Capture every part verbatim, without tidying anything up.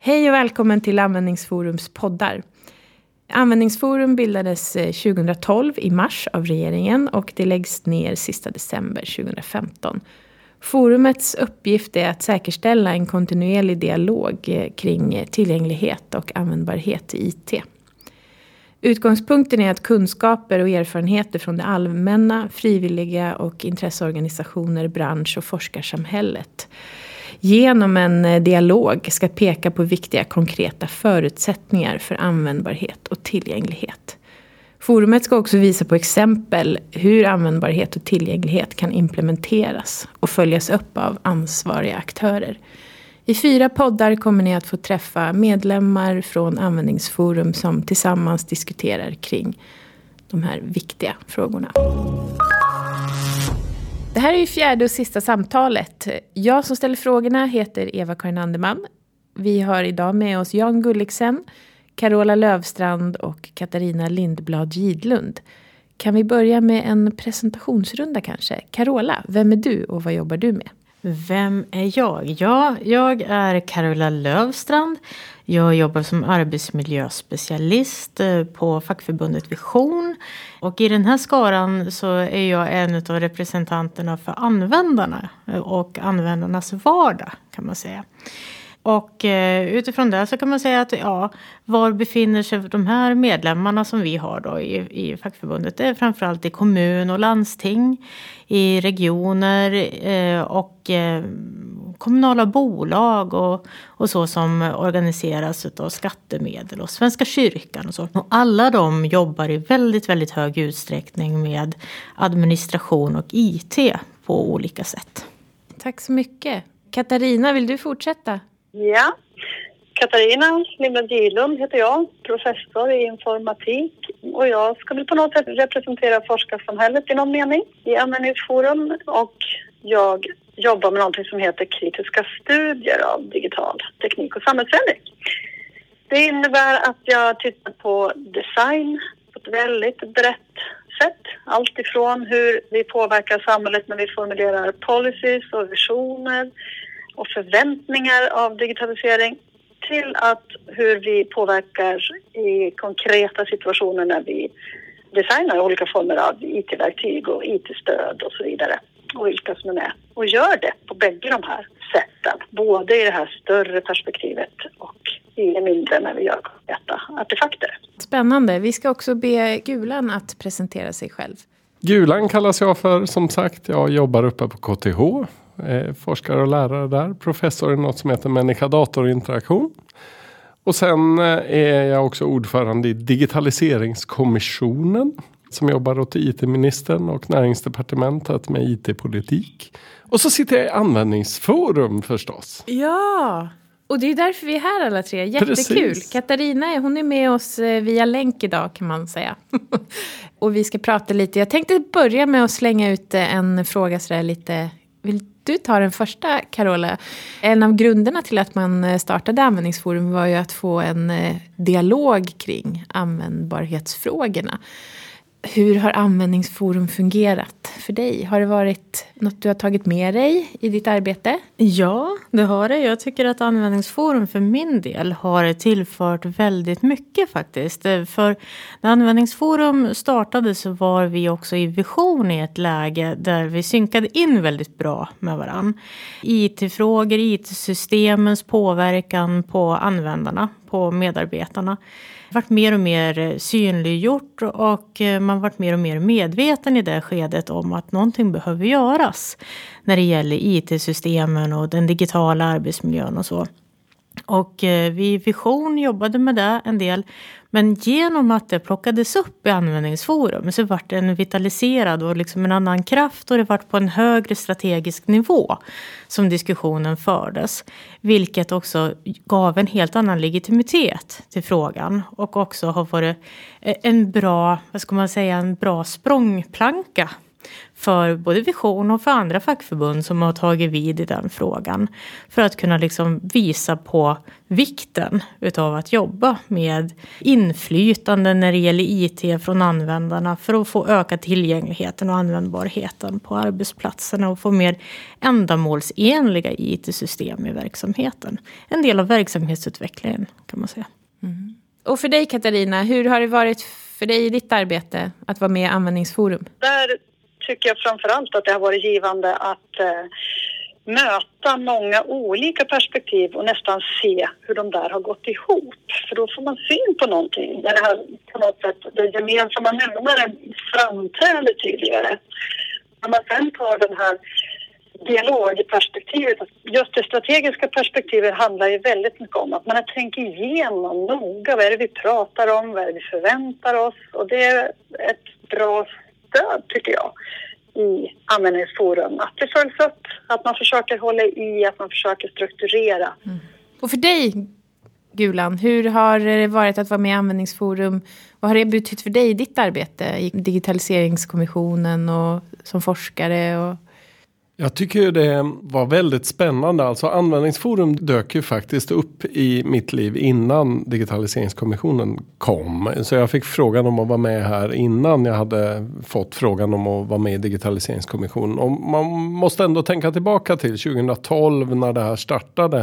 Hej och välkommen till Användningsforums poddar. Användningsforum bildades tjugohundratolv i mars av regeringen och det läggs ner sista december tjugohundrafemton. Forumets uppgift är att säkerställa en kontinuerlig dialog kring tillgänglighet och användbarhet i I T. Utgångspunkten är att kunskaper och erfarenheter från det allmänna, frivilliga och intresseorganisationer, bransch- och forskarsamhället genom en dialog ska peka på viktiga konkreta förutsättningar för användbarhet och tillgänglighet. Forumet ska också visa på exempel hur användbarhet och tillgänglighet kan implementeras och följas upp av ansvariga aktörer. I fyra poddar kommer ni att få träffa medlemmar från Användningsforum som tillsammans diskuterar kring de här viktiga frågorna. Det här är ju fjärde och sista samtalet. Jag som ställer frågorna heter Eva-Karin Anderman. Vi har idag med oss Jan Gulliksen, Carola Lövstrand och Katarina Lindblad Gidlund. Kan vi börja med en presentationsrunda kanske? Carola, vem är du och vad jobbar du med? Vem är jag? Ja, jag är Carola Lövstrand. Jag jobbar som arbetsmiljöspecialist på fackförbundet Vision. Och i den här skaran så är jag en av representanterna för användarna och användarnas vardag kan man säga. Och eh, utifrån det så kan man säga att ja, var befinner sig de här medlemmarna som vi har då i, i fackförbundet? Det är framförallt i kommun och landsting, i regioner eh, och eh, kommunala bolag och, och så som organiseras av skattemedel och Svenska kyrkan och så. Och alla de jobbar i väldigt, väldigt hög utsträckning med administration och I T på olika sätt. Tack så mycket. Katarina, vill du fortsätta? Ja, Katarina Lindblad Gidlund heter jag, professor i informatik och jag ska väl på något sätt representera forskarsamhället i någon mening i Användningsforum och jag jobbar med något som heter kritiska studier av digital teknik och samhällsförändring. Det innebär att jag tittar på design på ett väldigt brett sätt. Allt ifrån hur vi påverkar samhället när vi formulerar policies och visioner och förväntningar av digitalisering till att hur vi påverkar i konkreta situationer när vi designar olika former av I T-verktyg och I T-stöd och så vidare. Och vilka som är med. Och gör det på bägge de här sätten. Både i det här större perspektivet och i det mindre när vi gör konkreta artefakter. Spännande. Vi ska också be Gulan att presentera sig själv. Gulan kallas jag för, som sagt. Jag jobbar uppe på K T H. Eh, forskare och lärare där. Professor i något som heter människa-datorinteraktion. Och sen är jag också ordförande i digitaliseringskommissionen. Som jobbar åt I T-ministern och näringsdepartementet med I T-politik. Och så sitter jag i Användningsforum förstås. Ja, och det är därför vi är här alla tre. Jättekul. Precis. Katarina, hon är med oss via länk idag kan man säga. Och vi ska prata lite. Jag tänkte börja med att slänga ut en fråga sådär lite. Vill du ta den första, Carola? En av grunderna till att man startade Användningsforum var ju att få en dialog kring användbarhetsfrågorna. Hur har Användningsforum fungerat för dig? Har det varit något du har tagit med dig i ditt arbete? Ja, det har det. Jag tycker att Användningsforum för min del har tillfört väldigt mycket faktiskt. För när Användningsforum startade så var vi också i Vision i ett läge där vi synkade in väldigt bra med varann. I T-frågor, I T-systemens påverkan på användarna, på medarbetarna. Varit mer och mer synliggjort och man varit mer och mer medveten i det skedet om att någonting behöver göras när det gäller I T-systemen och den digitala arbetsmiljön och så. Och vi i Vision jobbade med det en del. Men genom att det plockades upp i Användningsforum så vart det en vitaliserad och liksom en annan kraft och det vart på en högre strategisk nivå som diskussionen fördes. Vilket också gav en helt annan legitimitet till frågan och också har varit en bra, vad ska man säga, en bra språngplanka för både Vision och för andra fackförbund som har tagit vid i den frågan. För att kunna liksom visa på vikten utav att jobba med inflytande när det gäller I T från användarna för att få öka tillgängligheten och användbarheten på arbetsplatserna och få mer ändamålsenliga I T-system i verksamheten. En del av verksamhetsutvecklingen kan man säga. Mm. Och för dig Katarina, hur har det varit för dig i ditt arbete att vara med i Användningsforum? Där tycker jag framförallt att det har varit givande att eh, möta många olika perspektiv och nästan se hur de där har gått ihop. För då får man syn på någonting. Där det här på något sätt, det gemensamma nämnaren framträder tydligare. När man sen tar den här dialogperspektivet, just det strategiska perspektivet handlar ju väldigt mycket om att man tänker igenom noga vad är det vi pratar om, vad är det vi förväntar oss, och det är ett bra stöd tycker jag i Användningsforum, att det följs upp, att man försöker hålla i, att man försöker strukturera. Mm. Och för dig Gulan, hur har det varit att vara med i Användningsforum? Vad har det betytt för dig i ditt arbete i digitaliseringskommissionen och som forskare och... Jag tycker ju det var väldigt spännande. Alltså Användningsforum dök ju faktiskt upp i mitt liv innan digitaliseringskommissionen kom. Så jag fick frågan om att vara med här innan jag hade fått frågan om att vara med i digitaliseringskommissionen. Och man måste ändå tänka tillbaka till tjugohundratolv när det här startade.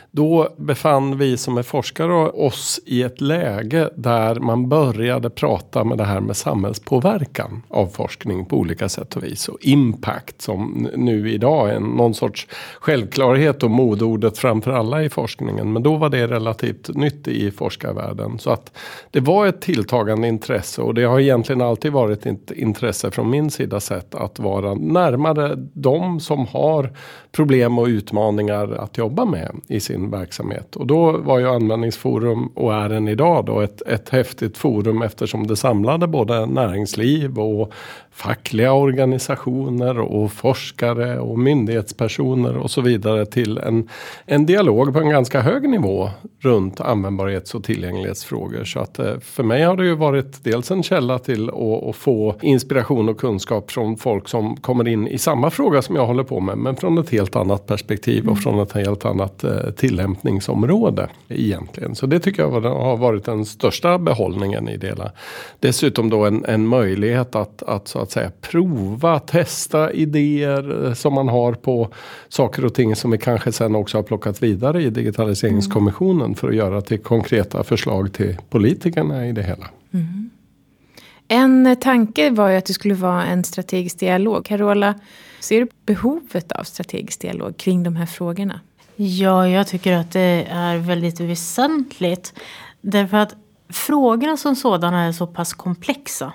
Då befann vi som är forskare oss i ett läge där man började prata med det här med samhällspåverkan av forskning på olika sätt och vis. Och impact som nu idag är någon sorts självklarhet och modordet framför alla i forskningen. Men då var det relativt nytt i forskarvärlden. Så att det var ett tilltagande intresse, och det har egentligen alltid varit ett intresse från min sida sett att vara närmare de som har problem och utmaningar att jobba med i sin verksamhet. Och då var ju Användningsforum, och är än idag då, ett, ett häftigt forum eftersom det samlade både näringsliv och fackliga organisationer och forskare och myndighetspersoner och så vidare till en, en dialog på en ganska hög nivå runt användbarhets- och tillgänglighetsfrågor. Så att för mig har det ju varit dels en källa till att, att få inspiration och kunskap från folk som kommer in i samma fråga som jag håller på med, men från ett helt annat perspektiv mm. och från ett helt annat eh, tillämpningsområde egentligen. Så det tycker jag har varit den största behållningen i det hela. Dessutom då en, en möjlighet att, att så att säga prova, testa idéer som man har på saker och ting som vi kanske sen också har plockat vidare i digitaliseringskommissionen mm. för att göra till konkreta förslag till politikerna i det hela. Mm. En tanke var ju att det skulle vara en strategisk dialog. Carola, ser du behovet av strategisk dialog kring de här frågorna? Ja, jag tycker att det är väldigt väsentligt. Därför att frågorna som sådana är så pass komplexa.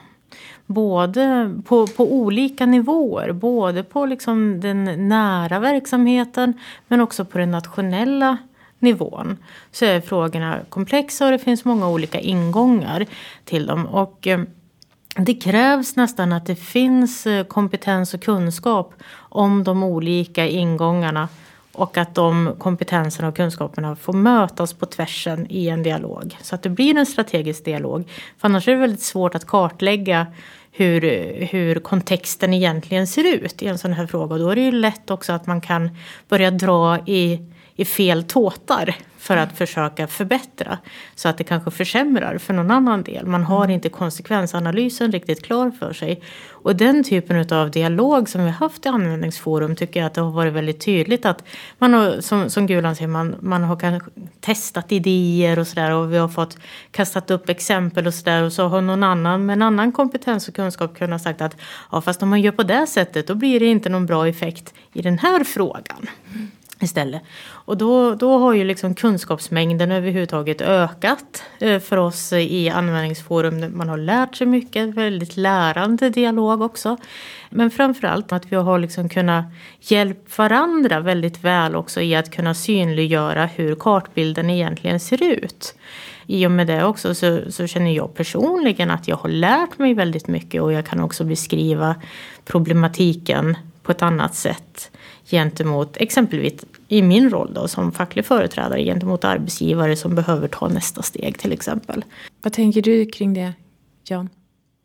Både på, på olika nivåer. Både på liksom den nära verksamheten men också på den nationella nivån. Så är frågorna komplexa och det finns många olika ingångar till dem. Och det krävs nästan att det finns kompetens och kunskap om de olika ingångarna. Och att de kompetenserna och kunskaperna får mötas på tvärsen i en dialog. Så att det blir en strategisk dialog. För annars är det väldigt svårt att kartlägga hur, hur kontexten egentligen ser ut i en sån här fråga. Och då är det ju lätt också att man kan börja dra i, i fel tåtar för att försöka förbättra. Så att det kanske försämrar för någon annan del. Man har inte konsekvensanalysen riktigt klar för sig. Och den typen av dialog som vi har haft i Användningsforum tycker jag att det har varit väldigt tydligt att man har, som, som Gulan säger, man, man har kanske testat idéer och sådär. Och vi har fått kastat upp exempel och sådär. Och så har någon annan med en annan kompetens och kunskap kunnat sagt att ja, fast om man gör på det sättet då blir det inte någon bra effekt i den här frågan. Istället. Och då, då har ju liksom kunskapsmängden överhuvudtaget ökat för oss i Användningsforum. Man har lärt sig mycket, väldigt lärande dialog också. Men framförallt att vi har liksom kunnat hjälpa varandra väldigt väl också i att kunna synliggöra hur kartbilden egentligen ser ut. I och med det också så, så känner jag personligen att jag har lärt mig väldigt mycket och jag kan också beskriva problematiken på ett annat sätt gentemot exempelvis i min roll då som facklig företrädare gentemot arbetsgivare som behöver ta nästa steg till exempel. Vad tänker du kring det, Jan?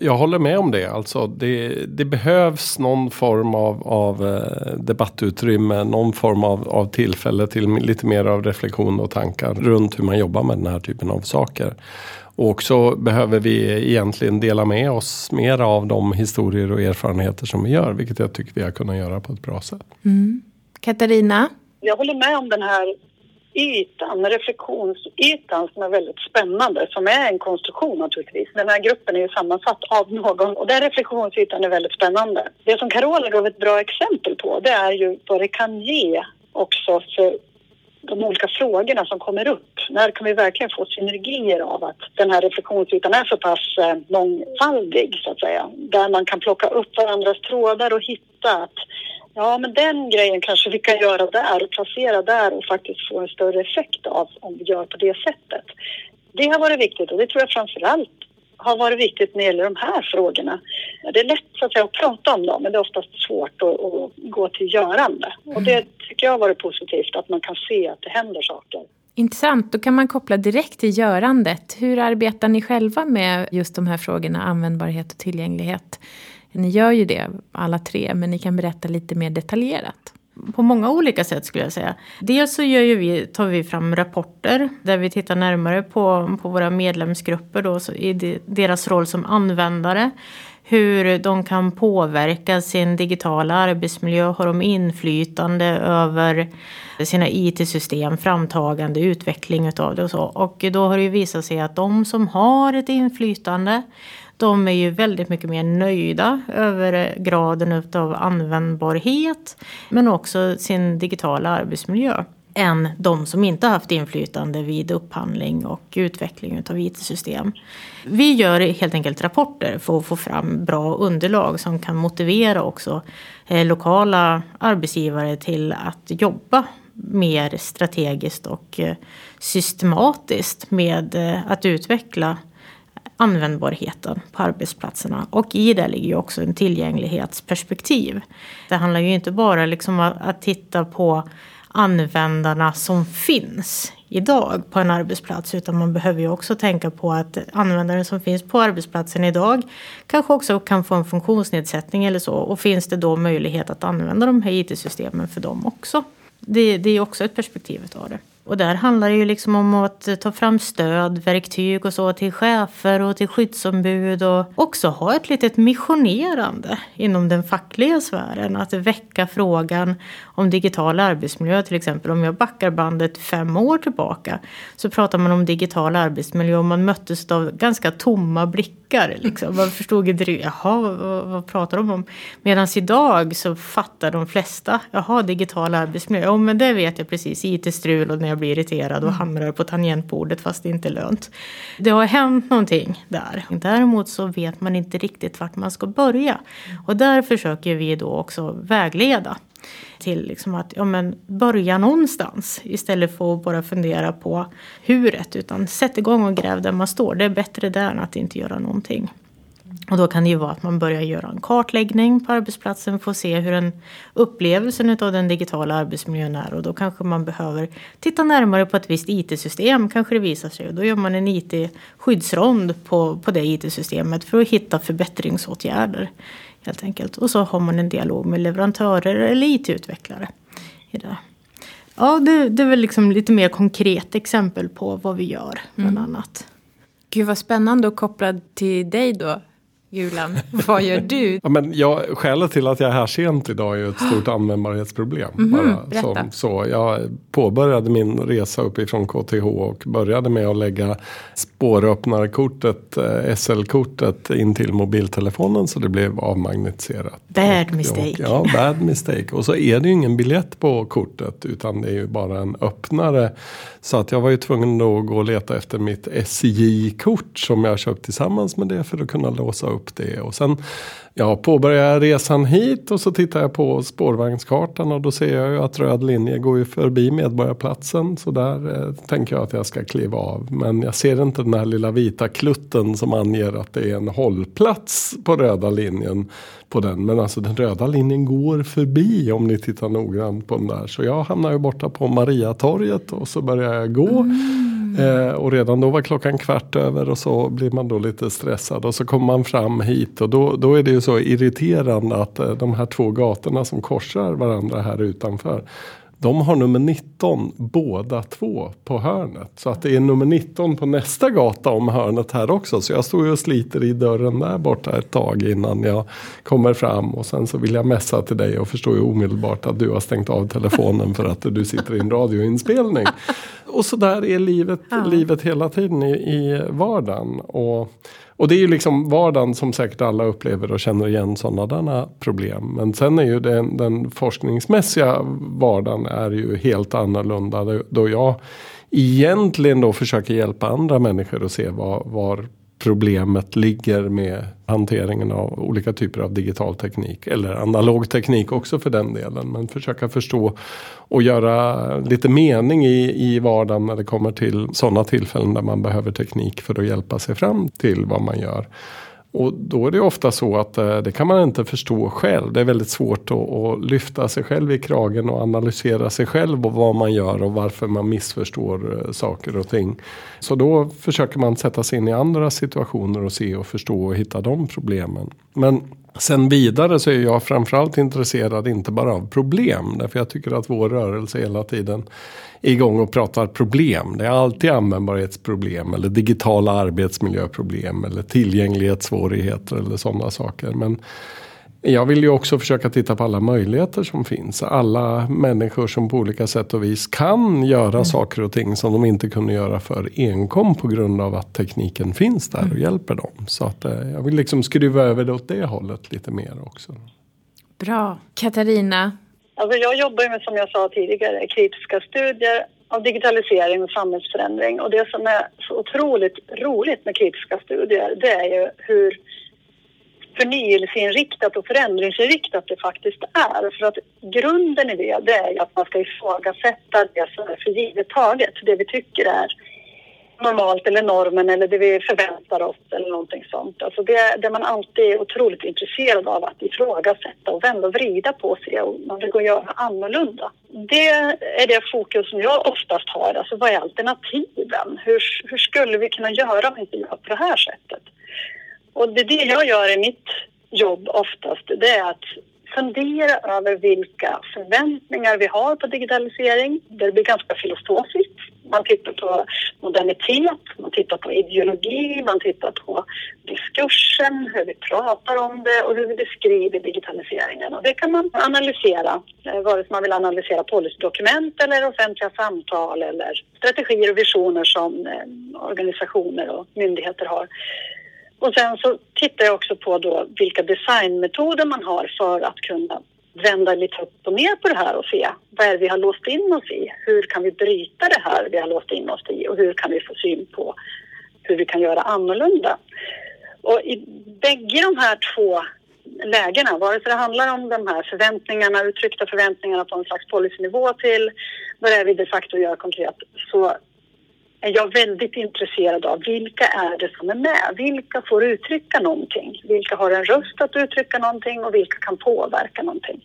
Jag håller med om det. Alltså det, det behövs någon form av, av debattutrymme, någon form av, av tillfälle till lite mer av reflektion och tankar runt hur man jobbar med den här typen av saker. Och också behöver vi egentligen dela med oss mer av de historier och erfarenheter som vi gör, vilket jag tycker vi har kunnat göra på ett bra sätt. Mm. Katarina? Jag håller med om den här ytan, reflektionsytan som är väldigt spännande, som är en konstruktion naturligtvis. Den här gruppen är ju sammansatt av någon och den reflektionsytan är väldigt spännande. Det som Carola gav ett bra exempel på, det är ju vad det kan ge också för de olika frågorna som kommer upp. När kan vi verkligen få synergier av att den här reflektionsytan är så pass mångfaldig så att säga. Där man kan plocka upp varandras trådar och hitta att ja, men den grejen kanske vi kan göra där och placera där och faktiskt få en större effekt av om vi gör på det sättet. Det har varit viktigt och det tror jag framförallt har varit viktigt när det gäller de här frågorna. Det är lätt så att, säga, att prata om dem, men det är oftast svårt att, att gå till görande. Och det tycker jag har varit positivt, att man kan se att det händer saker. Intressant, då kan man koppla direkt till görandet. Hur arbetar ni själva med just de här frågorna, användbarhet och tillgänglighet? Ni gör ju det alla tre, men ni kan berätta lite mer detaljerat. På många olika sätt skulle jag säga. Dels så gör ju vi, tar vi fram rapporter där vi tittar närmare på, på våra medlemsgrupper då, så i de, deras roll som användare. Hur de kan påverka sin digitala arbetsmiljö, har de inflytande över sina I T-system, framtagande, utveckling utav det och så. Och då har det ju visat sig att de som har ett inflytande, de är ju väldigt mycket mer nöjda över graden av användbarhet, men också sin digitala arbetsmiljö, än de som inte har haft inflytande vid upphandling och utveckling av I T-system. Vi gör helt enkelt rapporter för att få fram bra underlag som kan motivera också eh, lokala arbetsgivare till att jobba mer strategiskt och eh, systematiskt med eh, att utveckla användbarheten på arbetsplatserna. Och i det ligger ju också en tillgänglighetsperspektiv. Det handlar ju inte bara liksom att, att titta på användarna som finns idag på en arbetsplats, utan man behöver ju också tänka på att användare som finns på arbetsplatsen idag kanske också kan få en funktionsnedsättning eller så, och finns det då möjlighet att använda de här I T-systemen för dem också. Det, det är också ett perspektiv av det. Och där handlar det ju liksom om att ta fram stöd, verktyg och så till chefer och till skyddsombud, och också ha ett litet missionerande inom den fackliga sfären. Att väcka frågan om digital arbetsmiljö till exempel. Om jag backar bandet fem år tillbaka så pratar man om digital arbetsmiljö och man möttes av ganska tomma blickar. Liksom. Man förstod inte, jaha, vad, vad pratar de om? Medan idag så fattar de flesta, jaha, digital arbetsmiljö. Ja, men det vet jag precis, I T-strul och när jag blir irriterad och hamrar på tangentbordet fast det inte är lönt. Det har hänt någonting där. Däremot så vet man inte riktigt vart man ska börja. Och där försöker vi då också vägleda till liksom att ja, men börja någonstans istället för att bara fundera på huret, utan sätt igång och gräv där man står. Det är bättre där än att inte göra någonting. Och då kan det ju vara att man börjar göra en kartläggning på arbetsplatsen för att se hur en upplevelsen av den digitala arbetsmiljön är. Och då kanske man behöver titta närmare på ett visst I T-system, kanske det visar sig. Och då gör man en I T-skyddsrond på, på det I T-systemet för att hitta förbättringsåtgärder helt enkelt. Och så har man en dialog med leverantörer eller I T-utvecklare i det. Ja, det, det är väl liksom lite mer konkret exempel på vad vi gör bland Mm. annat. Gud vad spännande att koppla till dig då, Julan. Vad gör du? Ja, men jag, skälet till att jag är här sent idag är ju ett stort användbarhetsproblem. Mhm, bara, berätta. som, så jag påbörjade min resa uppifrån K T H och började med att lägga spåröppnarkortet, S L-kortet in till mobiltelefonen så det blev avmagnetiserat. Bad mistake. Och, ja, bad mistake. Och så är det ju ingen biljett på kortet utan det är ju bara en öppnare. Så att jag var ju tvungen att gå och leta efter mitt S J-kort som jag köpt tillsammans med det för att kunna låsa upp det. Och sen ja, påbörjade jag resan hit och så tittar jag på spårvagnskartan och då ser jag ju att röd linje går ju förbi Medborgarplatsen. Så där eh, tänker jag att jag ska kliva av. Men jag ser inte den här lilla vita klutten som anger att det är en hållplats på röda linjen på den. Men alltså den röda linjen går förbi om ni tittar noggrant på den där. Så jag hamnar ju borta på Mariatorget och så börjar jag gå. Mm. Mm. Eh, och redan då var klockan kvart över och så blir man då lite stressad. Och så kommer man fram hit och då, då är det ju så irriterande att eh, de här två gatorna som korsar varandra här utanför. De har nummer nitton båda två på hörnet. Så att det är nummer nitton på nästa gata om hörnet här också. Så jag står ju och sliter i dörren där borta ett tag innan jag kommer fram. Och sen så vill jag mässa till dig och förstår ju omedelbart att du har stängt av telefonen för att du sitter i en radioinspelning. Och så där är livet, ja. livet hela tiden i, i vardagen. Och... Och det är ju liksom vardagen som säkert alla upplever och känner igen sådana problem. Men sen är ju den, den forskningsmässiga vardagen är ju helt annorlunda. Då jag egentligen då försöker hjälpa andra människor att se var, var problemet ligger med hanteringen av olika typer av digital teknik. Eller analog teknik också för den delen. Men försöka förstå och göra lite mening i, i vardagen när det kommer till sådana tillfällen där man behöver teknik för att hjälpa sig fram till vad man gör. Och då är det ofta så att eh, det kan man inte förstå själv. Det är väldigt svårt att, att lyfta sig själv i kragen och analysera sig själv och vad man gör och varför man missförstår eh, saker och ting. Så då försöker man sätta sig in i andra situationer och se och förstå och hitta de problemen. Men sen vidare så är jag framförallt intresserad inte bara av problem. Därför jag tycker att vår rörelse hela tiden är igång och pratar problem. Det är alltid användbarhetsproblem eller digitala arbetsmiljöproblem eller tillgänglighetssvårigheter eller sådana saker. Men jag vill ju också försöka titta på alla möjligheter som finns. Alla människor som på olika sätt och vis kan göra mm. saker och ting som de inte kunde göra för enkom på grund av att tekniken finns där och mm. hjälper dem. Så att eh, jag vill liksom skruva över det åt det hållet lite mer också. Bra. Katarina? Alltså jag jobbar med, som jag sa tidigare, kritiska studier av digitalisering och samhällsförändring. Och det som är så otroligt roligt med kritiska studier, det är ju hur förnyelseinriktat och förändringsinriktat det faktiskt är. För att grunden i det, det är att man ska ifrågasätta det som är för givet taget. Det vi tycker är normalt eller normen eller det vi förväntar oss eller någonting sånt. Alltså det, det man alltid är otroligt intresserad av att ifrågasätta och vända och vrida på sig och man vill gå och göra annorlunda. Det är det fokus som jag oftast har. Alltså vad är alternativen? Hur, hur skulle vi kunna göra om vi inte gör på det här sättet? Och det, det jag gör i mitt jobb oftast, det är att fundera över vilka förväntningar vi har på digitalisering. Det blir ganska filosofiskt. Man tittar på modernitet, man tittar på ideologi, man tittar på diskursen, hur vi pratar om det och hur vi beskriver digitaliseringen. Och det kan man analysera, vare sig man vill analysera policydokument eller offentliga samtal eller strategier och visioner som organisationer och myndigheter har. Och sen så tittar jag också på då vilka designmetoder man har för att kunna vända lite upp och ner på det här och se vad är det vi har låst in oss i. Hur kan vi bryta det här vi har låst in oss i och hur kan vi få syn på hur vi kan göra annorlunda. Och i bägge de här två lägena, vare sig det handlar om de här förväntningarna, uttryckta förväntningarna på en slags policynivå till vad det är vi de facto gör konkret, så är jag väldigt intresserad av vilka är det som är med. Vilka får uttrycka någonting? Vilka har en röst att uttrycka någonting och vilka kan påverka någonting?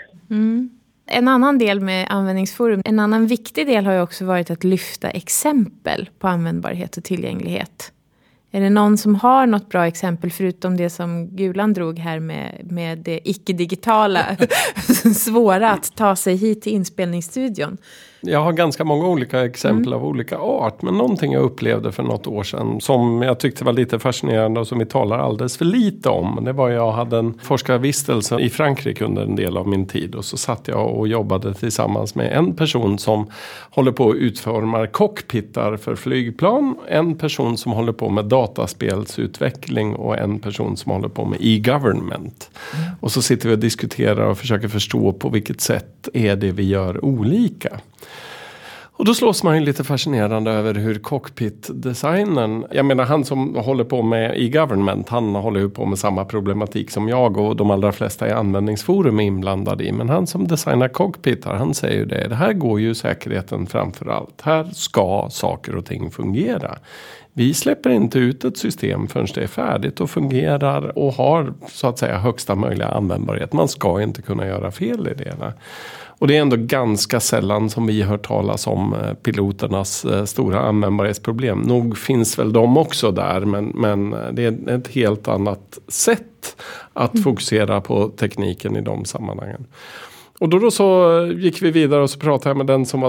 Mm. En annan del med användningsforum, en annan viktig del har ju också varit att lyfta exempel på användbarhet och tillgänglighet. Är det någon som har något bra exempel förutom det som Gulan drog här med, med det icke-digitala svåra att ta sig hit till inspelningsstudion? Jag har ganska många olika exempel mm. av olika art. Men någonting jag upplevde för något år sedan som jag tyckte var lite fascinerande och som vi talar alldeles för lite om. Det var jag hade en forskarvistelse i Frankrike under en del av min tid. Och så satt jag och jobbade tillsammans med en person som håller på att utforma cockpitar för flygplan. En person som håller på med dataspelsutveckling och en person som håller på med e-government. Mm. Och så sitter vi och diskuterar och försöker förstå på vilket sätt är det vi gör olika. Och då slås man ju lite fascinerande över hur cockpit-designen, jag menar han som håller på med e-government, han håller ju på med samma problematik som jag och de allra flesta i användningsforum är inblandade i. Men han som designar cockpitar, han säger ju det, det här går ju säkerheten framför allt. Här ska saker och ting fungera. Vi släpper inte ut ett system förrän det är färdigt och fungerar och har så att säga högsta möjliga användbarhet. Man ska inte kunna göra fel i det. Och det är ändå ganska sällan som vi hör talas om piloternas stora användbarhetsproblem. Nog finns väl de också där, men, men det är ett helt annat sätt att mm. fokusera på tekniken i de sammanhangen. Och då, då så gick vi vidare och så pratade jag med den som var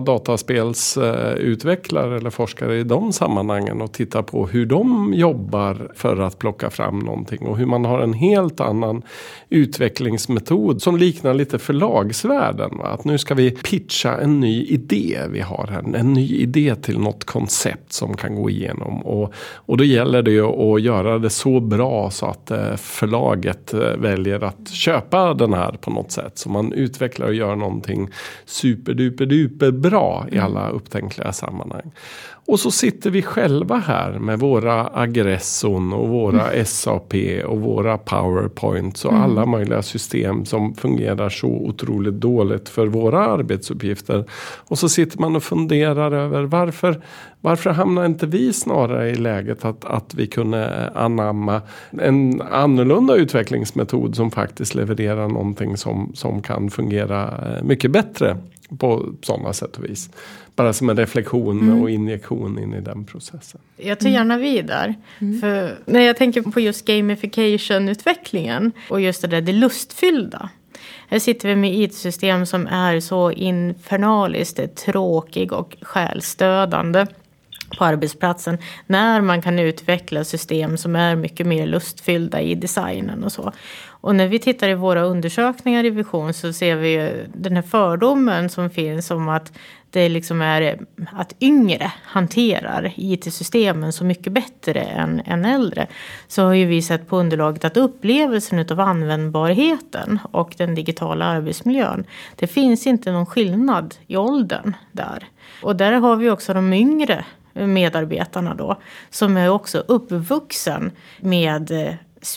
dataspelsutvecklare eller forskare i de sammanhangen och tittade på hur de jobbar för att plocka fram någonting och hur man har en helt annan utvecklingsmetod som liknar lite förlagsvärlden. Va? Att nu ska vi pitcha en ny idé vi har här, en ny idé till något koncept som kan gå igenom och, och då gäller det ju att göra det så bra så att förlaget väljer att köpa den här på något sätt så man utvecklar och gör någonting superduperduper bra i alla upptänkliga sammanhang. Och så sitter vi själva här med våra Aggresson och våra mm. S A P och våra PowerPoints och mm. alla möjliga system som fungerar så otroligt dåligt för våra arbetsuppgifter. Och så sitter man och funderar över varför, varför hamnar inte vi snarare i läget att, att vi kunde anamma en annorlunda utvecklingsmetod som faktiskt levererar någonting som, som kan fungera mycket bättre på sådana sätt och vis. Bara som en reflektion mm. och injektion in i den processen. Jag tar gärna vidare. Mm. För när jag tänker på just gamification-utvecklingen och just det där det lustfyllda. Här sitter vi med I T-system som är så infernaliskt tråkig och själstödande på arbetsplatsen. När man kan utveckla system som är mycket mer lustfyllda i designen och så. Och när vi tittar i våra undersökningar i Vision så ser vi ju den här fördomen som finns om att det liksom är att yngre hanterar I T-systemen så mycket bättre än, än äldre. Så har ju vi sett på underlaget att upplevelsen av användbarheten och den digitala arbetsmiljön, det finns inte någon skillnad i åldern där. Och där har vi också de yngre medarbetarna då som är också uppvuxen med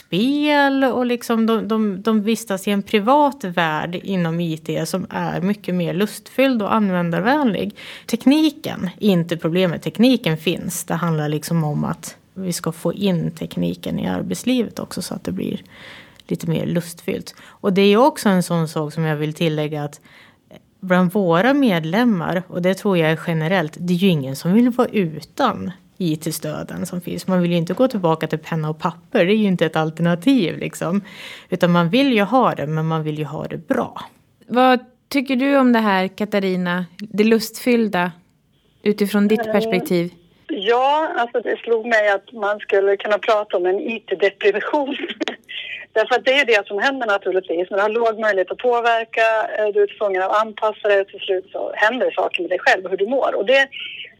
spel och liksom de, de, de vistas i en privat värld inom I T som är mycket mer lustfylld och användarvänlig. Tekniken är inte problemet, tekniken finns. Det handlar liksom om att vi ska få in tekniken i arbetslivet också så att det blir lite mer lustfyllt. Och det är också en sån sak som jag vill tillägga att bland våra medlemmar, och det tror jag är generellt, det är ju ingen som vill vara utan I T-stöden som finns. Man vill ju inte gå tillbaka till penna och papper, det är ju inte ett alternativ liksom. Utan man vill ju ha det, men man vill ju ha det bra. Vad tycker du om det här, Katarina? Det lustfyllda utifrån ditt perspektiv? Ja, alltså det slog mig att man skulle kunna prata om en I T-depression. Därför att det är det som händer naturligtvis. När du har låg möjlighet att påverka, du är tvungen att anpassa dig och till slut så händer det saker med dig själv och hur du mår. Och det är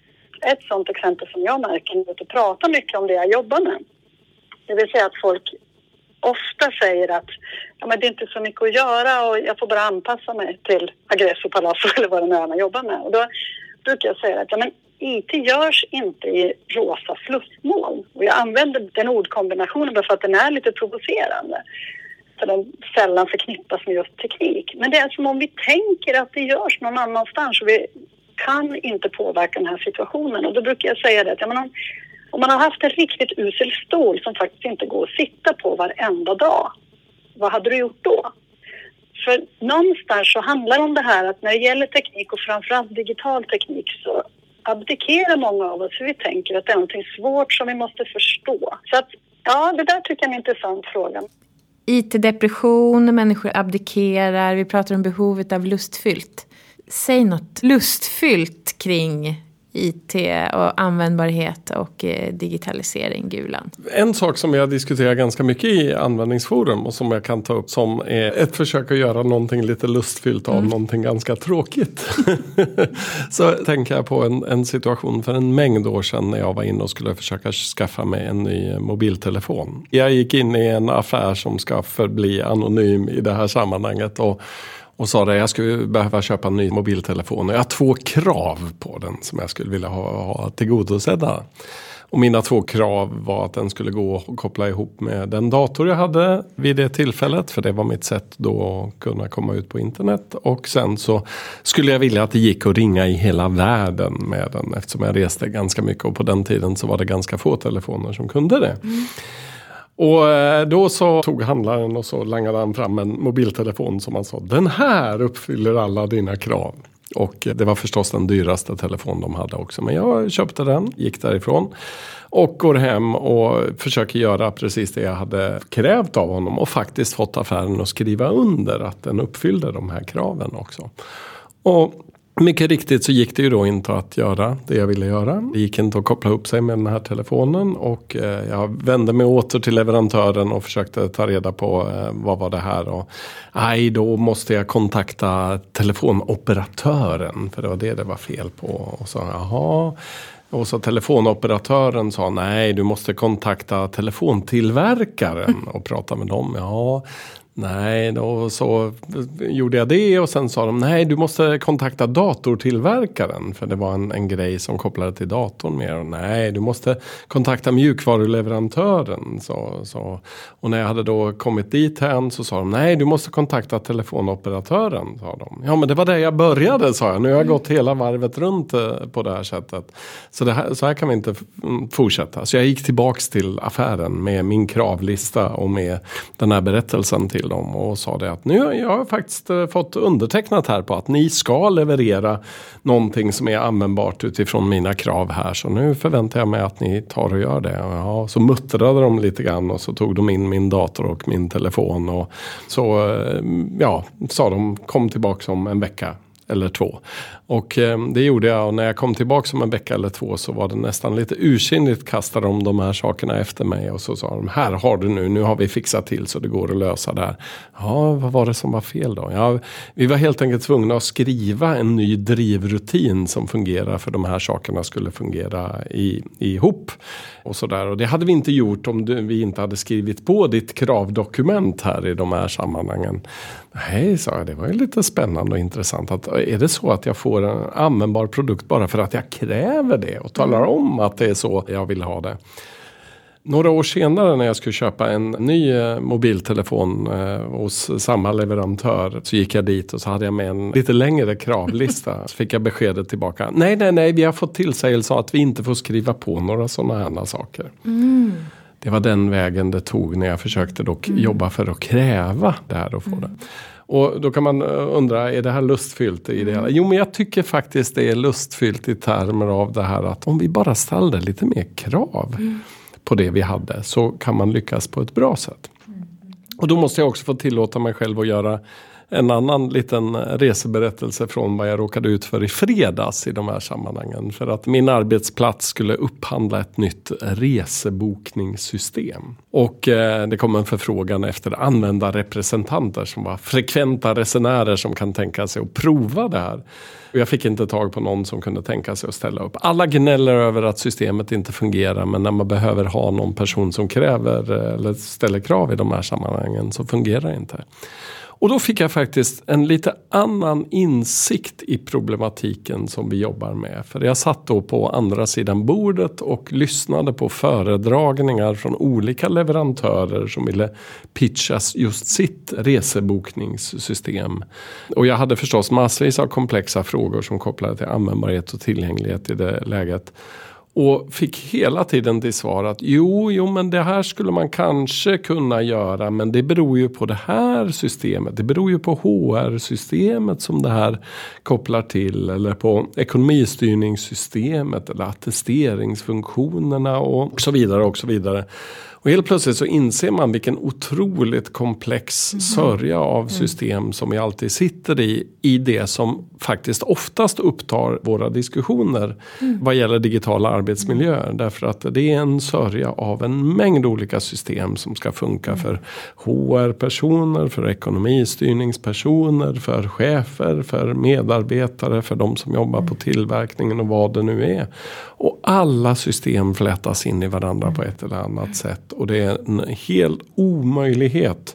ett sånt exempel som jag märker när jag pratar mycket om det jag jobbar med. Det vill säga att folk ofta säger att ja, men det är inte så mycket att göra och jag får bara anpassa mig till Aggresso Palazzo eller vad det är man jobbar med. Och då brukar jag säga att ja, men I T görs inte i rosa fluffmoln. Och jag använder den ordkombinationen för att den är lite provocerande. För den sällan förknippas med just teknik. Men det är som om vi tänker att det görs någon annanstans och vi kan inte påverka den här situationen. Och då brukar jag säga det att ja, men om, om man har haft en riktigt usel stol som faktiskt inte går att sitta på varenda dag. Vad hade du gjort då? För någonstans så handlar det om det här att när det gäller teknik och framförallt digital teknik så abdikerar många av oss för vi tänker att det är något svårt som vi måste förstå. Så att, ja, det där tycker jag är en intressant fråga. I T-depression, människor abdikerar, vi pratar om behovet av lustfyllt. Säg något lustfyllt kring I T och användbarhet och eh, digitalisering, Gulan. En sak som jag diskuterar ganska mycket i användningsforum och som jag kan ta upp som är ett försök att göra någonting lite lustfyllt av mm. någonting ganska tråkigt. Så tänker jag på en, en situation för en mängd år sedan när jag var inne och skulle försöka skaffa mig en ny mobiltelefon. Jag gick in i en affär som ska förbli anonym i det här sammanhanget och Och sa det, jag skulle behöva köpa en ny mobiltelefon. Och jag har två krav på den som jag skulle vilja ha, ha tillgodosedda. Och mina två krav var att den skulle gå och koppla ihop med den dator jag hade vid det tillfället. För det var mitt sätt då att kunna komma ut på internet. Och sen så skulle jag vilja att det gick att ringa i hela världen med den. Eftersom jag reste ganska mycket och på den tiden så var det ganska få telefoner som kunde det. Mm. Och då så tog handlaren och så langade han fram en mobiltelefon som han sa, den här uppfyller alla dina krav. Och det var förstås den dyraste telefon de hade också. Men jag köpte den, gick därifrån och går hem och försöker göra precis det jag hade krävt av honom. Och faktiskt fått affären att skriva under att den uppfyllde de här kraven också. Och mycket riktigt så gick det ju då inte att göra det jag ville göra. Det gick inte att koppla upp sig med den här telefonen och eh, jag vände mig åter till leverantören och försökte ta reda på eh, vad var det här. Och, aj, då måste jag kontakta telefonoperatören för det var det det var fel på. Och så, jaha. Och så telefonoperatören sa, nej du måste kontakta telefontillverkaren och prata med dem. Ja, nej, då så gjorde jag det och sen sa de, nej du måste kontakta datortillverkaren för det var en, en grej som kopplade till datorn mer. Och nej, du måste kontakta mjukvaruleverantören. Så, så. Och när jag hade då kommit dit här så sa de, nej du måste kontakta telefonoperatören, sa de. Ja men det var där jag började, sa jag. Nu har jag gått hela varvet runt på det här sättet. Så, det här, så här kan vi inte fortsätta. Så jag gick tillbaks till affären med min kravlista och med den här berättelsen till dem och sa det att nu jag har faktiskt fått undertecknat här på att ni ska leverera någonting som är användbart utifrån mina krav här. Så nu förväntar jag mig att ni tar och gör det. Och ja, så muttrade de lite grann och så tog de in min dator och min telefon och så ja, sa de kom tillbaka om en vecka eller två. Och eh, det gjorde jag och när jag kom tillbaka om en vecka eller två så var det nästan lite ursinnigt kastade de de här sakerna efter mig och så sa de, här har du nu, nu har vi fixat till så det går att lösa där. Ja, vad var det som var fel då? Ja, vi var helt enkelt tvungna att skriva en ny drivrutin som fungerar för de här sakerna skulle fungera i, ihop. Och, så där. Och det hade vi inte gjort om du, vi inte hade skrivit på ditt kravdokument här i de här sammanhangen. Nej, sa jag, det var ju lite spännande och intressant. Att, är det så att jag får en användbar produkt bara för att jag kräver det och talar om att det är så jag vill ha det? Några år senare när jag skulle köpa en ny mobiltelefon eh, hos samma leverantör så gick jag dit och så hade jag med en lite längre kravlista. Så fick jag beskedet tillbaka. Nej, nej, nej, vi har fått tillsägelse att vi inte får skriva på några sådana här saker. Mm. Det var den vägen det tog när jag försökte dock mm. jobba för att kräva det här och få mm. det. Och då kan man undra, är det här lustfyllt i det? Jo, men jag tycker faktiskt det är lustfyllt i termer av det här att om vi bara ställde lite mer krav mm. på det vi hade så kan man lyckas på ett bra sätt. Mm. Och då måste jag också få tillåta mig själv att göra en annan liten reseberättelse från vad jag råkade ut för i fredags i de här sammanhangen. För att min arbetsplats skulle upphandla ett nytt resebokningssystem. Och eh, det kom en förfrågan efter användarrepresentanter som var frekventa resenärer som kan tänka sig att prova det här. Och jag fick inte tag på någon som kunde tänka sig att ställa upp. Alla gnäller över att systemet inte fungerar, men när man behöver ha någon person som kräver eller ställer krav i de här sammanhangen så fungerar det inte. Och då fick jag faktiskt en lite annan insikt i problematiken som vi jobbar med. För jag satt då på andra sidan bordet och lyssnade på föredragningar från olika leverantörer som ville pitchas just sitt resebokningssystem. Och jag hade förstås massvis av komplexa frågor som kopplade till användbarhet och tillgänglighet i det läget. Och fick hela tiden till svar att jo, jo, men det här skulle man kanske kunna göra. Men det beror ju på det här systemet. Det beror ju på H R-systemet som det här kopplar till. Eller på ekonomistyrningssystemet eller attesteringsfunktionerna och så vidare och så vidare. Och helt plötsligt så inser man vilken otroligt komplex mm. sörja av system som vi alltid sitter i. I det som faktiskt oftast upptar våra diskussioner mm. vad gäller digitala arbetsmiljöer. Mm. Därför att det är en sörja av en mängd olika system som ska funka mm. för H R-personer, för ekonomistyrningspersoner, för chefer, för medarbetare, för de som jobbar mm. på tillverkningen och vad det nu är. Och alla system flätas in i varandra mm. på ett eller annat sätt. Och det är en hel omöjlighet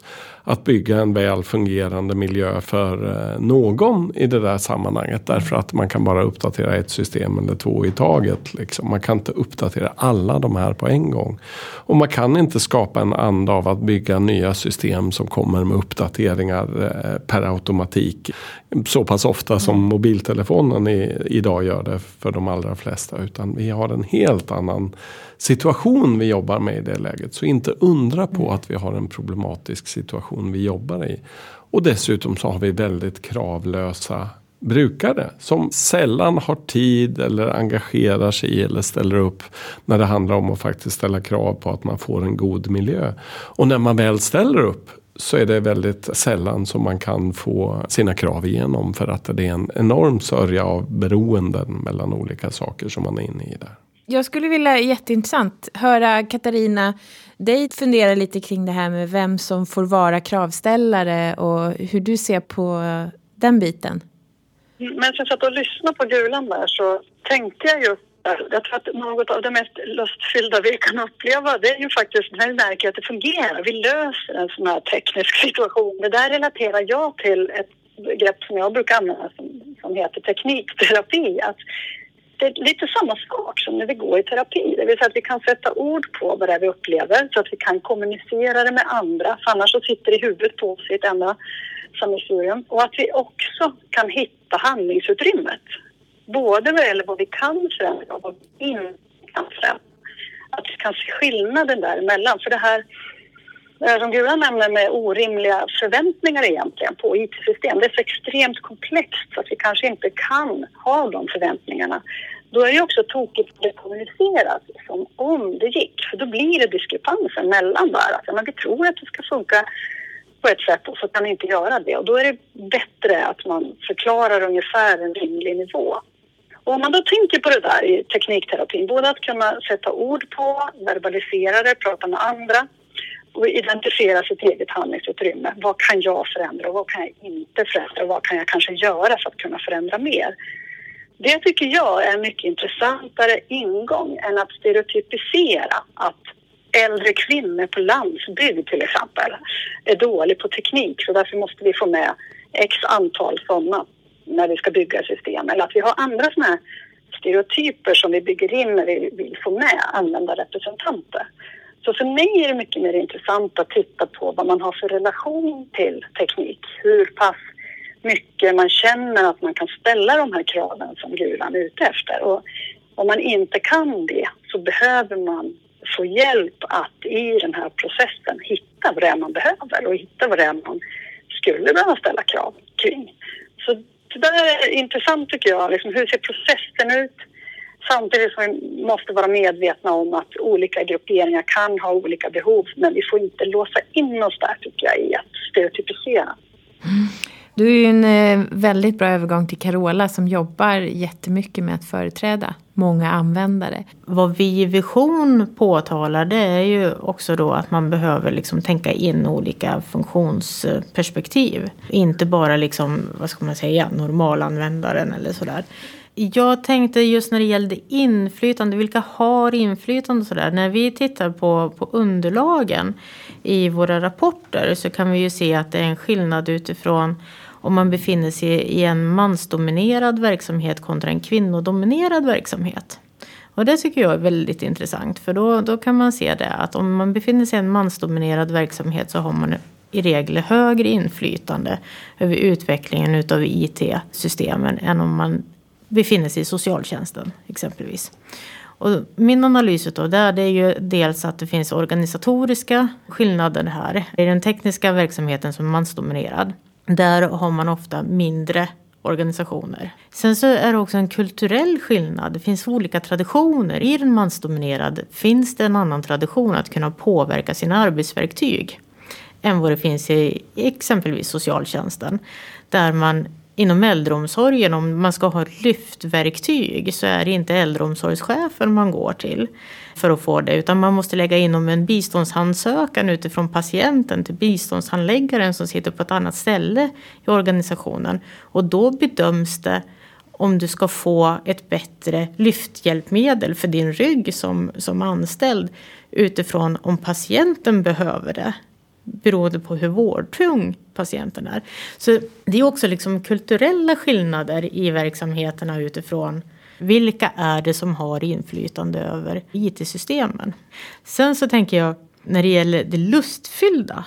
att bygga en väl fungerande miljö för någon i det där sammanhanget. Därför att man kan bara uppdatera ett system eller två i taget. Liksom. Man kan inte uppdatera alla de här på en gång. Och man kan inte skapa en anda av att bygga nya system som kommer med uppdateringar per automatik. Så pass ofta som mobiltelefonen i, idag gör det för de allra flesta. Utan vi har en helt annan situation vi jobbar med i det läget. Så inte undra på att vi har en problematisk situation vi jobbar i. Och dessutom så har vi väldigt kravlösa brukare som sällan har tid eller engagerar sig eller ställer upp när det handlar om att faktiskt ställa krav på att man får en god miljö. Och när man väl ställer upp så är det väldigt sällan som man kan få sina krav igenom för att det är en enorm sörja av beroenden mellan olika saker som man är inne i där. Jag skulle vilja, jätteintressant, höra Katarina dig fundera lite kring det här med vem som får vara kravställare och hur du ser på den biten. Men sen satt och lyssnade på Gulan där så tänkte jag ju, jag tror att något av det mest lustfyllda vi kan uppleva det är ju faktiskt när vi märker att det fungerar. Vi löser en sån här teknisk situation. Det där relaterar jag till ett begrepp som jag brukar använda som, som heter teknikterapi. Att det är lite samma sak som när vi går i terapi. Det vill säga att vi kan sätta ord på vad det är vi upplever så att vi kan kommunicera det med andra. För annars så sitter det i huvudet på oss i ett enda sammelsurium. Och att vi också kan hitta handlingsutrymmet. Både vad gäller vad vi kan förändra och vad vi inte kan förändra. Att vi kan se skillnaden däremellan. För det här, det här som Gulan nämner med orimliga förväntningar egentligen på I T-system. Det är så extremt komplext så att vi kanske inte kan ha de förväntningarna. Då är det också tokigt att det kommuniceras som om det gick. För då blir det diskrepanser mellan där. Alltså, men vi tror att det ska funka på ett sätt och så kan vi inte göra det. Och då är det bättre att man förklarar ungefär en rimlig nivå. Och om man då tänker på det där i teknikterapin, både att kunna sätta ord på, verbalisera det, prata med andra och identifiera sitt eget handlingsutrymme. Vad kan jag förändra och vad kan jag inte förändra och vad kan jag kanske göra för att kunna förändra mer? Det tycker jag är en mycket intressantare ingång än att stereotypisera att äldre kvinnor på landsbygd till exempel är dålig på teknik så därför måste vi få med x antal sådana när vi ska bygga system. Eller att vi har andra sådana här stereotyper som vi bygger in när vi vill få med användarrepresentanter. Så för mig är det mycket mer intressant att titta på vad man har för relation till teknik. Hur pass mycket man känner att man kan ställa de här kraven som Gulan är ute efter. Och om man inte kan det så behöver man få hjälp att i den här processen hitta vad det är man behöver och hitta vad det är man skulle behöva ställa krav kring. Så det där är intressant tycker jag. Liksom, hur ser processen ut? Samtidigt som vi måste vara medvetna om att olika grupperingar kan ha olika behov men vi får inte låsa in oss där tycker jag i att stereotypisera. Mm. Du är ju en eh, väldigt bra övergång till Carola som jobbar jättemycket med att företräda många användare. Vad vi i Vision påtalar det är ju också då att man behöver liksom tänka in olika funktionsperspektiv. Inte bara liksom, vad ska man säga, normalanvändaren eller sådär. Jag tänkte just när det gällde inflytande, vilka har inflytande och sådär. När vi tittar på, på underlagen i våra rapporter så kan vi ju se att det är en skillnad utifrån om man befinner sig i en mansdominerad verksamhet kontra en kvinnodominerad verksamhet. Och det tycker jag är väldigt intressant för då, då kan man se det att om man befinner sig i en mansdominerad verksamhet så har man i regel högre inflytande över utvecklingen utav I T-systemen än om man befinner sig i socialtjänsten exempelvis. Och min analys av det, det är ju dels att det finns organisatoriska skillnader här. I den tekniska verksamheten som är mansdominerad, där har man ofta mindre organisationer. Sen så är det också en kulturell skillnad. Det finns olika traditioner. I den mansdominerad finns det en annan tradition att kunna påverka sina arbetsverktyg än vad det finns i exempelvis socialtjänsten. Där man inom äldreomsorgen, om man ska ha ett lyftverktyg så är det inte äldreomsorgschefen man går till för att få det. Utan man måste lägga in om en biståndsansökan utifrån patienten till biståndshandläggaren som sitter på ett annat ställe i organisationen. Och då bedöms det om du ska få ett bättre lyfthjälpmedel för din rygg som, som anställd utifrån om patienten behöver det. beroende på hur vårdtung patienten är. Så det är också liksom kulturella skillnader i verksamheterna utifrån vilka är det som har inflytande över I T-systemen. Sen så tänker jag när det gäller det lustfyllda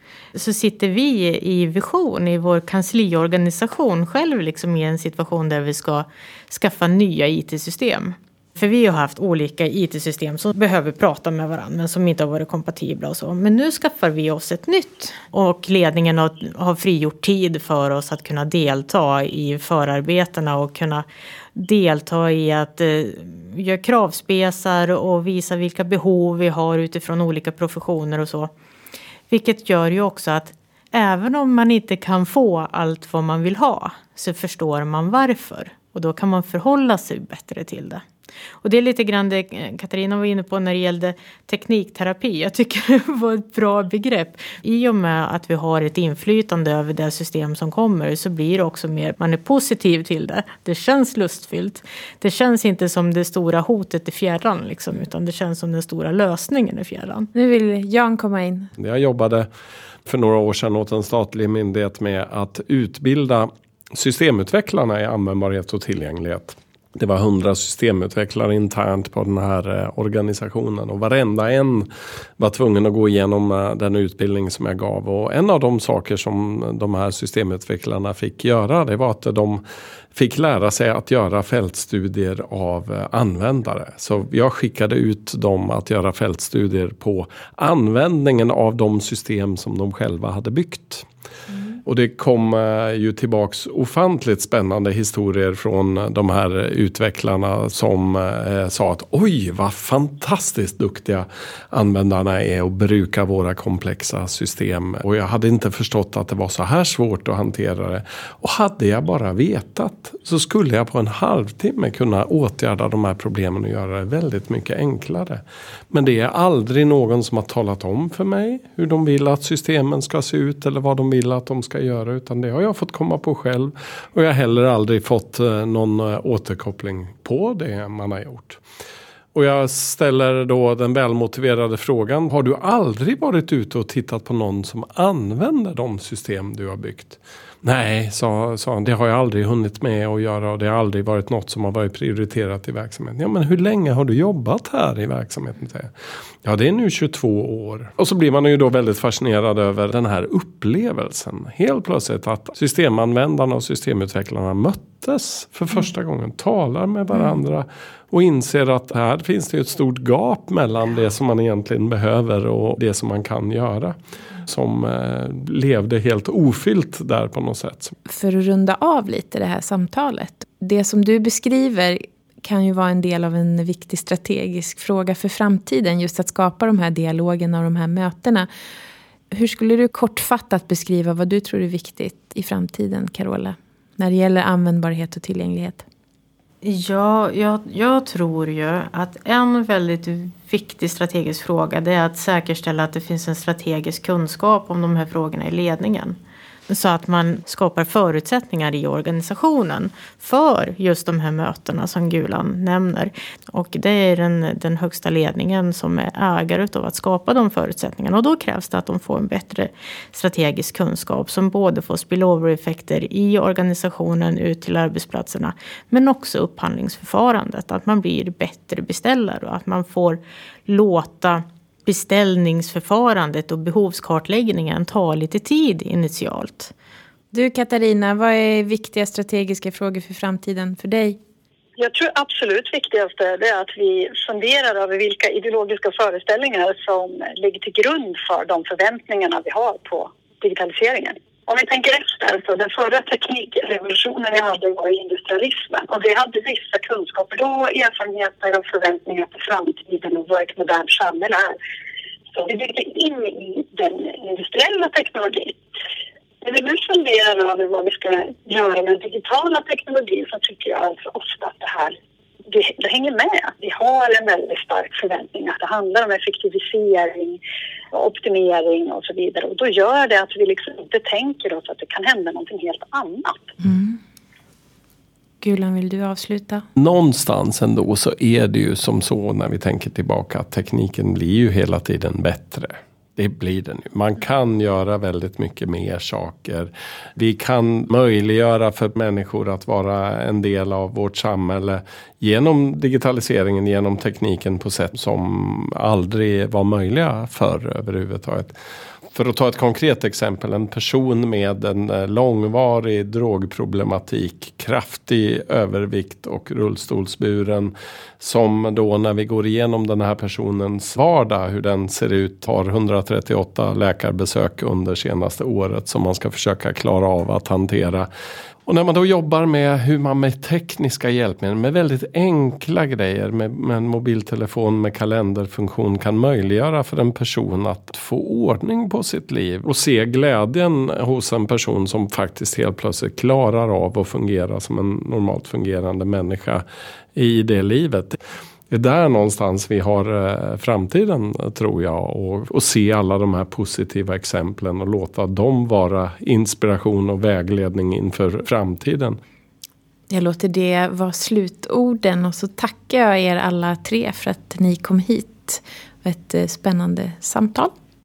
så sitter vi i Vision i vår kansliorganisation själv liksom i en situation där vi ska skaffa nya I T-system. För vi har haft olika I T-system som behöver prata med varandra men som inte har varit kompatibla och så. Men nu skaffar vi oss ett nytt. Och ledningen har, har frigjort tid för oss att kunna delta i förarbetena och kunna delta i att eh, göra kravspesar och visa vilka behov vi har utifrån olika professioner och så. Vilket gör ju också att även om man inte kan få allt vad man vill ha så förstår man varför. Och då kan man förhålla sig bättre till det. Och det är lite grann det Katarina var inne på när det gällde teknikterapi. Jag tycker det var ett bra begrepp. I och med att vi har ett inflytande över det system som kommer så blir det också mer, man är positiv till det. Det känns lustfyllt. Det känns inte som det stora hotet i fjärran liksom, utan det känns som den stora lösningen i fjärran. Nu vill Jan komma in. Jag jobbade för några år sedan åt en statlig myndighet med att utbilda systemutvecklarna i användbarhet och tillgänglighet. Det var hundra systemutvecklare internt på den här organisationen och varenda en var tvungen att gå igenom den utbildning som jag gav. Och en av de saker som de här systemutvecklarna fick göra, det var att de fick lära sig att göra fältstudier av användare. Så jag skickade ut dem att göra fältstudier på användningen av de system som de själva hade byggt. Mm. Och det kom ju tillbaks ofantligt spännande historier från de här utvecklarna som eh, sa att oj vad fantastiskt duktiga användarna är och brukar våra komplexa system. Och jag hade inte förstått att det var så här svårt att hantera det. Och hade jag bara vetat så skulle jag på en halvtimme kunna åtgärda de här problemen och göra det väldigt mycket enklare. Men det är aldrig någon som har talat om för mig hur de vill att systemen ska se ut eller vad de vill att de ska göra, utan det har jag fått komma på själv och jag har heller aldrig fått någon återkoppling på det man har gjort. Och jag ställer då den välmotiverade frågan, har du aldrig varit ute och tittat på någon som använder de system du har byggt? Nej, sa, sa han, det har jag aldrig hunnit med att göra och det har aldrig varit något som har varit prioriterat i verksamheten. Ja, men hur länge har du jobbat här i verksamheten? Ja, det är nu tjugotvå år. Och så blir man ju då väldigt fascinerad över den här upplevelsen. Helt plötsligt att systemanvändarna och systemutvecklarna möttes för första gången, talar med varandra och inser att här finns det ett stort gap mellan det som man egentligen behöver och det som man kan göra. Som eh, levde helt ofyllt där på något sätt. För att runda av lite det här samtalet. Det som du beskriver kan ju vara en del av en viktig strategisk fråga för framtiden. Just att skapa de här dialogerna och de här mötena. Hur skulle du kortfattat beskriva vad du tror är viktigt i framtiden, Carola? När det gäller användbarhet och tillgänglighet. Ja, jag, jag tror ju att en väldigt viktig strategisk fråga det är att säkerställa att det finns en strategisk kunskap om de här frågorna i ledningen. Så att man skapar förutsättningar i organisationen för just de här mötena som Gulan nämner. Och det är den, den högsta ledningen som är ägare av att skapa de förutsättningarna. Och då krävs det att de får en bättre strategisk kunskap som både får spillover-effekter i organisationen ut till arbetsplatserna. Men också upphandlingsförfarandet. Att man blir bättre beställare och att man får låta beställningsförfarandet och behovskartläggningen tar lite tid initialt. Du Katarina, vad är viktiga strategiska frågor för framtiden för dig? Jag tror absolut viktigaste är att vi funderar över vilka ideologiska föreställningar som ligger till grund för de förväntningarna vi har på digitaliseringen. Om vi tänker efter, så den förra teknikrevolutionen vi hade var industrialismen. Och vi hade vissa kunskaper då, erfarenheter och förväntningar på framtiden och vad ett modernt samhälle är. Så vi byggde in i den industriella teknologin. När vi nu funderar över vad vi ska göra med digitala teknologier så tycker jag alltså ofta att det här det, det hänger med. Vi har en väldigt stark förväntning att det handlar om effektivisering, optimering och så vidare. Och då gör det att vi liksom inte tänker oss att det kan hända någonting helt annat. Mm. Gulan, vill du avsluta? Någonstans ändå så är det ju som så när vi tänker tillbaka att tekniken blir ju hela tiden bättre. Det blir det nu. Man kan göra väldigt mycket mer saker. Vi kan möjliggöra för människor att vara en del av vårt samhälle genom digitaliseringen, genom tekniken på sätt som aldrig var möjliga förr överhuvudtaget. För att ta ett konkret exempel, en person med en långvarig drogproblematik, kraftig övervikt och rullstolsburen, som då när vi går igenom den här personens vardag, hur den ser ut, har hundratrettioåtta läkarbesök under senaste året som man ska försöka klara av att hantera. Och när man då jobbar med hur man med tekniska hjälpmedel, med väldigt enkla grejer, med, med en mobiltelefon med kalenderfunktion kan möjliggöra för en person att få ordning på sitt liv och se glädjen hos en person som faktiskt helt plötsligt klarar av att fungera som en normalt fungerande människa i det livet. Det är där någonstans vi har framtiden, tror jag, och, och se alla de här positiva exemplen och låta dem vara inspiration och vägledning inför framtiden. Jag låter det vara slutorden och så tackar jag er alla tre för att ni kom hit. Ett spännande samtal.